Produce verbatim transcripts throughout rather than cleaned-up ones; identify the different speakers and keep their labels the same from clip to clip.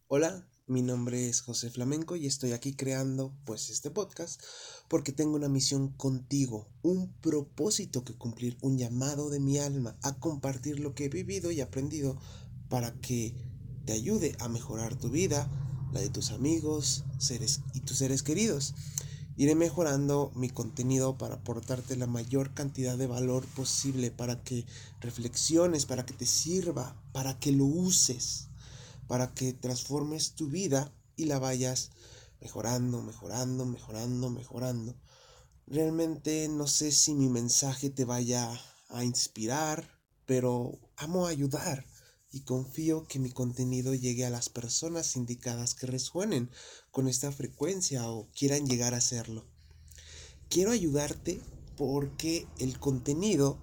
Speaker 1: Hola, mi nombre es José Flamenco y estoy aquí creando pues este podcast porque tengo una misión contigo, un propósito que cumplir, un llamado de mi alma a compartir lo que he vivido y aprendido para que te ayude a mejorar tu vida, la de tus amigos, seres y tus seres queridos. Iré mejorando mi contenido para aportarte la mayor cantidad de valor posible para que reflexiones, para que te sirva, para que lo uses, para que transformes tu vida y la vayas mejorando, mejorando, mejorando, mejorando. Realmente no sé si mi mensaje te vaya a inspirar, pero amo ayudar y confío que mi contenido llegue a las personas indicadas que resuenen con esta frecuencia o quieran llegar a hacerlo. Quiero ayudarte porque el contenido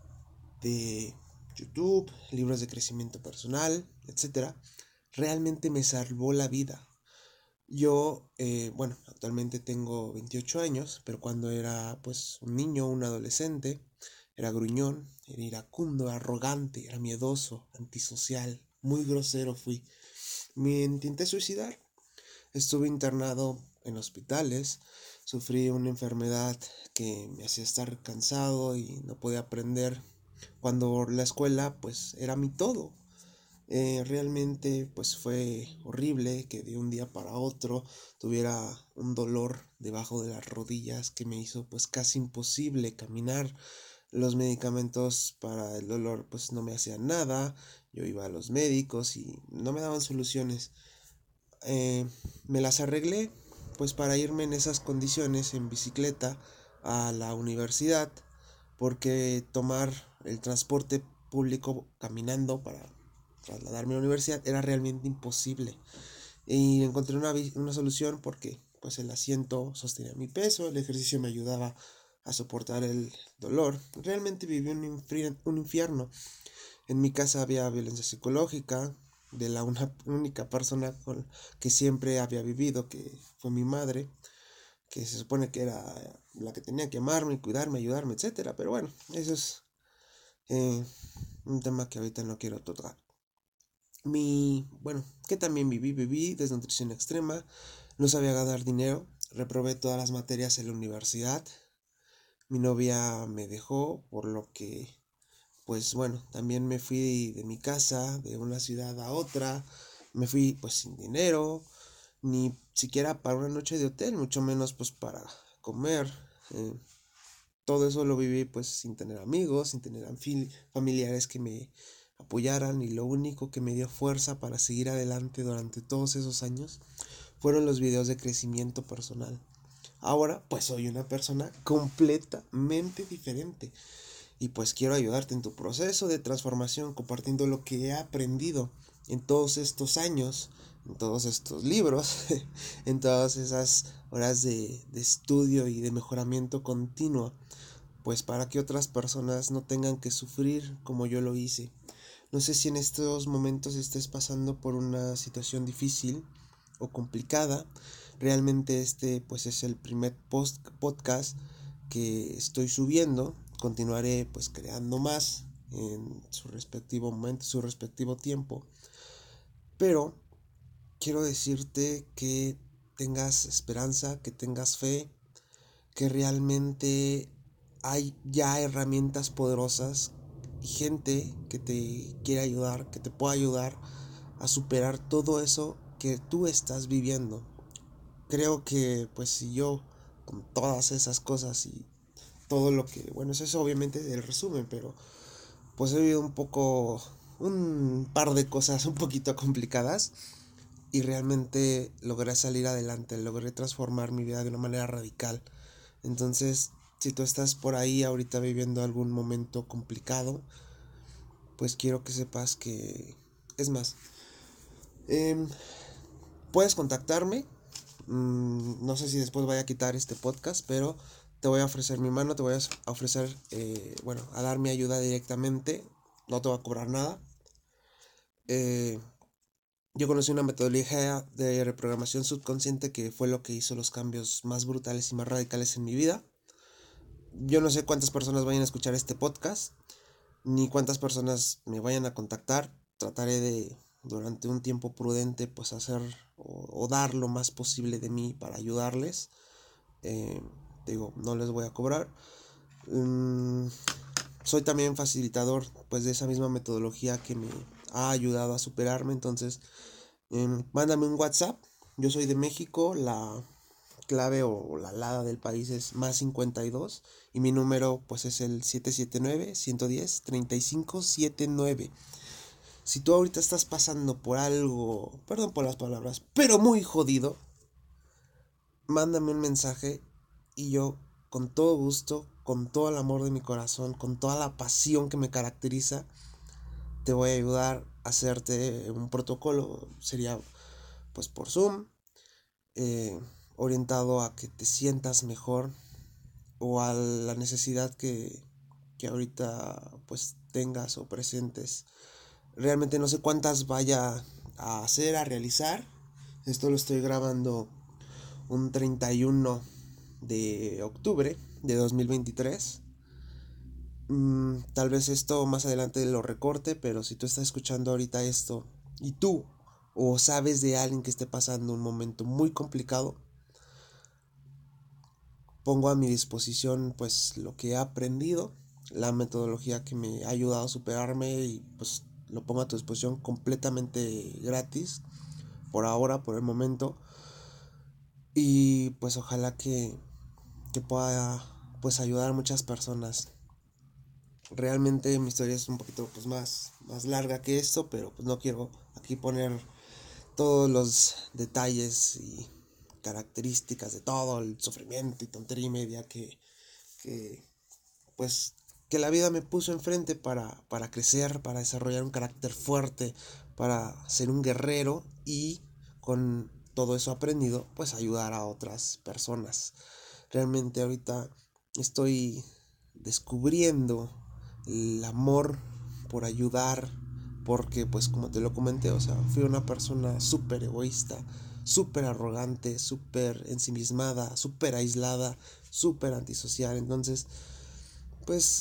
Speaker 1: de YouTube, libros de crecimiento personal, etcétera, realmente me salvó la vida. Yo, eh, bueno, actualmente tengo veintiocho años, pero cuando era pues un niño, un adolescente, era gruñón, era iracundo, arrogante, era miedoso, antisocial, muy grosero fui. Me intenté suicidar. Estuve internado en hospitales, sufrí una enfermedad que me hacía estar cansado y no podía aprender, cuando la escuela pues era mi todo. Eh, realmente pues fue horrible que de un día para otro tuviera un dolor debajo de las rodillas que me hizo pues casi imposible caminar. Los medicamentos para el dolor pues no me hacían nada. Yo iba a los médicos y no me daban soluciones. Eh, me las arreglé pues para irme en esas condiciones en bicicleta a la universidad, porque tomar el transporte público caminando para trasladarme a la universidad era realmente imposible. Y encontré una, una solución porque pues el asiento sostenía mi peso, el ejercicio me ayudaba a soportar el dolor. Realmente viví un, infri un infierno. En mi casa había violencia psicológica de la una única persona con que siempre había vivido, que fue mi madre, que se supone que era la que tenía que amarme, cuidarme, ayudarme, etcétera. Pero bueno, eso es eh, un tema que ahorita no quiero tocar. Mi, bueno, que también viví, viví desnutrición extrema, no sabía ganar dinero, reprobé todas las materias en la universidad, mi novia me dejó, por lo que, pues bueno, también me fui de mi casa, de una ciudad a otra, me fui pues sin dinero, ni siquiera para una noche de hotel, mucho menos pues para comer. Eh, todo eso lo viví pues sin tener amigos, sin tener familiares que me apoyaran, y lo único que me dio fuerza para seguir adelante durante todos esos años fueron los videos de crecimiento personal. Ahora pues soy una persona completamente diferente y pues quiero ayudarte en tu proceso de transformación compartiendo lo que he aprendido en todos estos años, en todos estos libros, en todas esas horas de, de estudio y de mejoramiento continuo, pues para que otras personas no tengan que sufrir como yo lo hice. No sé si en estos momentos estés pasando por una situación difícil o complicada. Realmente este pues es el primer post podcast que estoy subiendo. Continuaré pues creando más en su respectivo momento, su respectivo tiempo. Pero quiero decirte que tengas esperanza, que tengas fe, que realmente hay ya herramientas poderosas y gente que te quiere ayudar, que te pueda ayudar a superar todo eso que tú estás viviendo. Creo que pues si yo con todas esas cosas y todo lo que, bueno, eso es obviamente el resumen, pero pues he vivido un poco, un par de cosas un poquito complicadas y realmente logré salir adelante, logré transformar mi vida de una manera radical. Entonces, si tú estás por ahí ahorita viviendo algún momento complicado, pues quiero que sepas que, es más, eh, puedes contactarme. Mm, no sé si después vaya a quitar este podcast, pero te voy a ofrecer mi mano, te voy a ofrecer, eh, bueno, a dar mi ayuda directamente. No te voy a cobrar nada. Eh, yo conocí una metodología de reprogramación subconsciente que fue lo que hizo los cambios más brutales y más radicales en mi vida. Yo no sé cuántas personas vayan a escuchar este podcast, ni cuántas personas me vayan a contactar. Trataré de durante un tiempo prudente pues hacer o, o dar lo más posible de mí para ayudarles. Eh, digo, no les voy a cobrar. Um, soy también facilitador pues de esa misma metodología que me ha ayudado a superarme. Entonces, eh, mándame un WhatsApp. Yo soy de México, la clave o la alada del país es más cincuenta y dos y mi número pues es el siete siete nueve, uno uno cero, tres cinco siete nueve. Si tú ahorita estás pasando por algo, perdón por las palabras, pero muy jodido, mándame un mensaje y yo con todo gusto, con todo el amor de mi corazón, con toda la pasión que me caracteriza, te voy a ayudar a hacerte un protocolo. Sería pues por Zoom, eh, orientado a que te sientas mejor o a la necesidad que, que ahorita pues tengas o presentes. Realmente no sé cuántas vaya a hacer, a realizar. Esto lo estoy grabando un treinta y uno de octubre de dos mil veintitrés. Mm, tal vez esto más adelante lo recorte, pero si tú estás escuchando ahorita esto y tú o sabes de alguien que esté pasando un momento muy complicado, pongo a mi disposición pues lo que he aprendido, la metodología que me ha ayudado a superarme y pues lo pongo a tu disposición completamente gratis por ahora, por el momento. Y pues ojalá que, que pueda pues ayudar a muchas personas. Realmente mi historia es un poquito pues más, más larga que esto, pero pues no quiero aquí poner todos los detalles y características de todo el sufrimiento y tontería y media que, que pues que la vida me puso enfrente para, para crecer, para desarrollar un carácter fuerte, para ser un guerrero y con todo eso aprendido, pues ayudar a otras personas. Realmente ahorita estoy descubriendo el amor por ayudar, porque pues como te lo comenté, o sea, fui una persona súper egoísta, súper arrogante, súper ensimismada, súper aislada, súper antisocial. Entonces, pues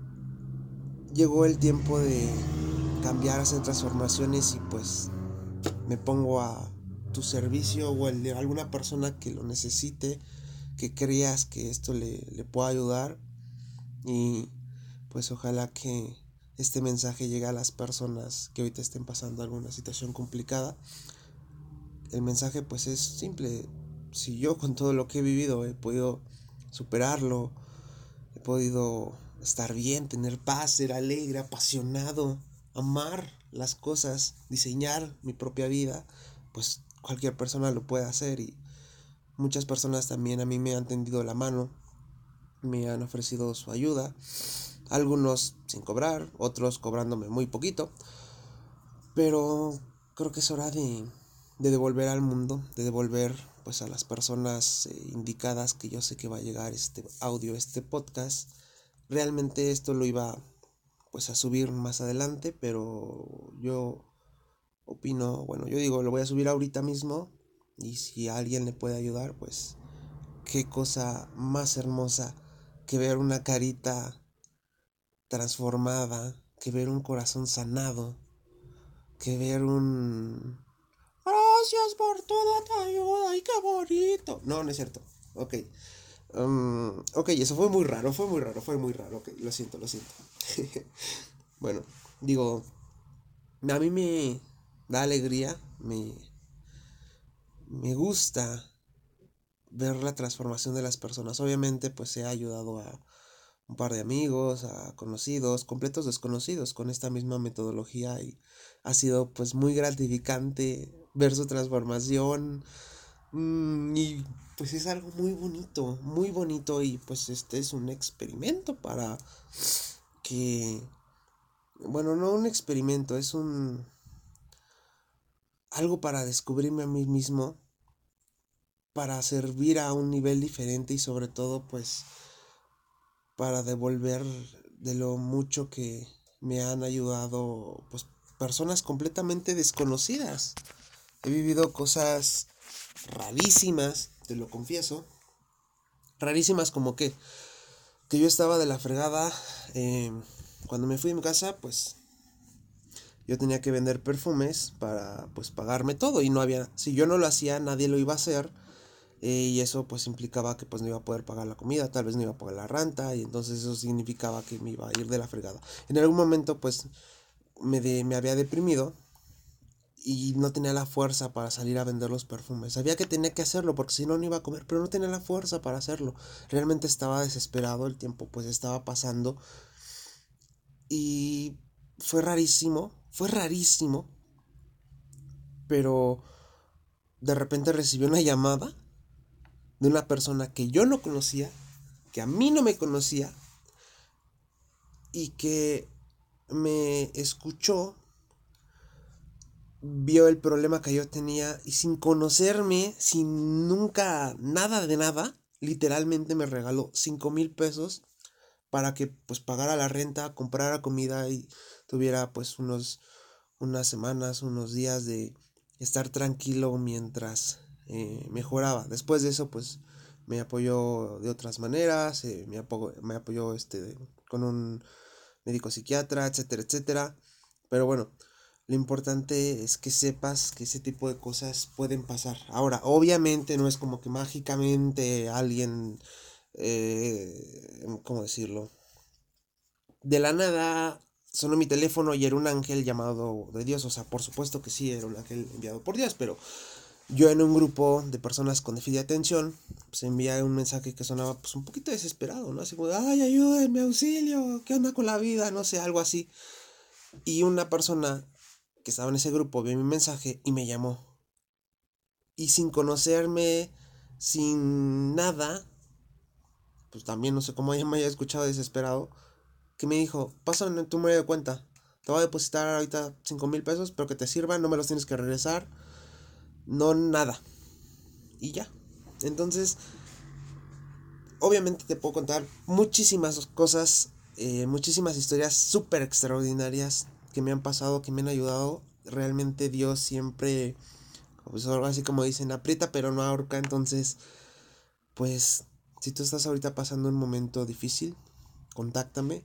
Speaker 1: llegó el tiempo de cambiar, hacer transformaciones y pues me pongo a tu servicio o el de alguna persona que lo necesite, que creas que esto le, le pueda ayudar y pues ojalá que este mensaje llegue a las personas que ahorita estén pasando alguna situación complicada. El mensaje pues es simple. Si yo con todo lo que he vivido he podido superarlo, he podido estar bien, tener paz, ser alegre, apasionado, amar las cosas, diseñar mi propia vida, pues cualquier persona lo puede hacer. Y muchas personas también a mí me han tendido la mano, me han ofrecido su ayuda, algunos sin cobrar, otros cobrándome muy poquito, pero creo que es hora de, de devolver al mundo, de devolver pues a las personas eh, indicadas, que yo sé que va a llegar este audio, este podcast. Realmente esto lo iba pues a subir más adelante, pero yo opino, bueno, yo digo, lo voy a subir ahorita mismo y si a alguien le puede ayudar, pues qué cosa más hermosa que ver una carita transformada, que ver un corazón sanado, que ver un gracias por toda tu ayuda, ay qué bonito. No, no es cierto. Ok. Um, ok, eso fue muy raro, fue muy raro, fue muy raro. Ok, lo siento, lo siento. Bueno, digo, a mí me da alegría, me, me gusta ver la transformación de las personas. Obviamente, pues he ayudado a un par de amigos, a conocidos, completos desconocidos con esta misma metodología y ha sido pues muy gratificante ver su transformación. Mm, y pues es algo muy bonito, muy bonito y pues este es un experimento para que, bueno, no un experimento, es un algo para descubrirme a mí mismo, para servir a un nivel diferente y sobre todo pues para devolver de lo mucho que me han ayudado pues personas completamente desconocidas. He vivido cosas rarísimas, te lo confieso. Rarísimas como que que yo estaba de la fregada, eh, cuando me fui de mi casa, pues yo tenía que vender perfumes para pues pagarme todo y no había, si yo no lo hacía nadie lo iba a hacer, eh, y eso pues implicaba que pues no iba a poder pagar la comida, tal vez no iba a pagar la renta y entonces eso significaba que me iba a ir de la fregada. En algún momento pues me, de, me había deprimido y no tenía la fuerza para salir a vender los perfumes. Sabía que tenía que hacerlo porque si no no iba a comer, pero no tenía la fuerza para hacerlo. Realmente estaba desesperado, el tiempo pues estaba pasando y fue rarísimo, fue rarísimo, pero de repente recibí una llamada de una persona que yo no conocía, que a mí no me conocía y que me escuchó, vio el problema que yo tenía y sin conocerme, sin nunca nada de nada, literalmente me regaló cinco mil pesos para que pues pagara la renta, comprara comida y tuviera pues unos unas semanas, unos días de estar tranquilo mientras eh, mejoraba. Después de eso pues me apoyó de otras maneras, eh, me, apoyó, me apoyó este con un médico psiquiatra, etcétera, etcétera. Pero bueno, lo importante es que sepas que ese tipo de cosas pueden pasar. Ahora, obviamente no es como que mágicamente alguien, eh, ¿cómo decirlo? De la nada sonó mi teléfono y era un ángel llamado de Dios. O sea, por supuesto que sí, era un ángel enviado por Dios, pero yo en un grupo de personas con déficit de atención, pues envié un mensaje que sonaba pues un poquito desesperado, ¿no? Así como, ay, ayúdenme, auxilio, ¿qué onda con la vida? No sé, algo así. Y una persona que estaba en ese grupo vio mi mensaje y me llamó. Y sin conocerme, sin nada, pues también no sé cómo ella me haya escuchado desesperado, que me dijo, pásame tu número de cuenta, te voy a depositar ahorita cinco mil pesos, pero que te sirvan, no me los tienes que regresar, no nada. Y ya. Entonces, obviamente te puedo contar muchísimas cosas, eh, muchísimas historias súper extraordinarias que me han pasado, que me han ayudado. Realmente Dios siempre, pues algo así como dicen, aprieta pero no ahorca. Entonces, pues, si tú estás ahorita pasando un momento difícil, contáctame.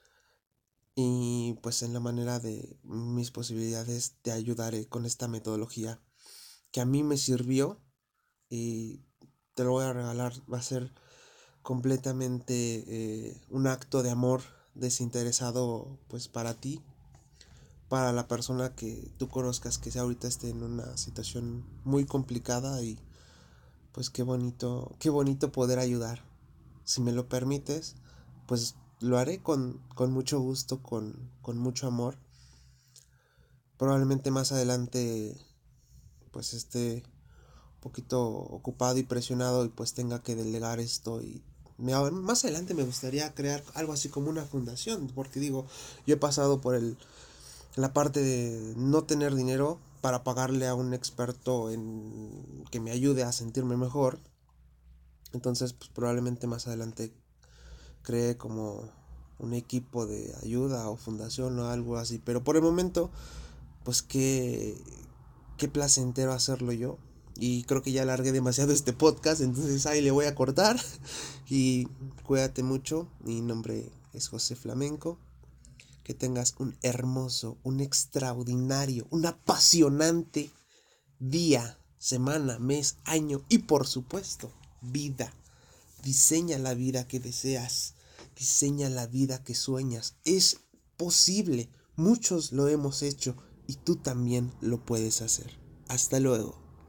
Speaker 1: Y pues en la manera de mis posibilidades te ayudaré con esta metodología que a mí me sirvió y te lo voy a regalar. Va a ser completamente eh, un acto de amor desinteresado pues para ti, para la persona que tú conozcas que ahorita esté en una situación muy complicada y pues qué bonito, qué bonito poder ayudar. Si me lo permites, pues lo haré con, con mucho gusto, con, con mucho amor. Probablemente más adelante pues esté un poquito ocupado y presionado y pues tenga que delegar esto y me, más adelante me gustaría crear algo así como una fundación, porque digo, yo he pasado por el la parte de no tener dinero para pagarle a un experto en que me ayude a sentirme mejor. Entonces pues probablemente más adelante cree como un equipo de ayuda o fundación o algo así, pero por el momento pues qué qué placentero hacerlo yo. Y creo que ya alargué demasiado este podcast, entonces ahí le voy a cortar. Y cuídate mucho. Mi nombre es José Flamenco. Que tengas un hermoso, un extraordinario, un apasionante día, semana, mes, año y por supuesto, vida. Diseña la vida que deseas. Diseña la vida que sueñas. Es posible. Muchos lo hemos hecho y tú también lo puedes hacer. Hasta luego.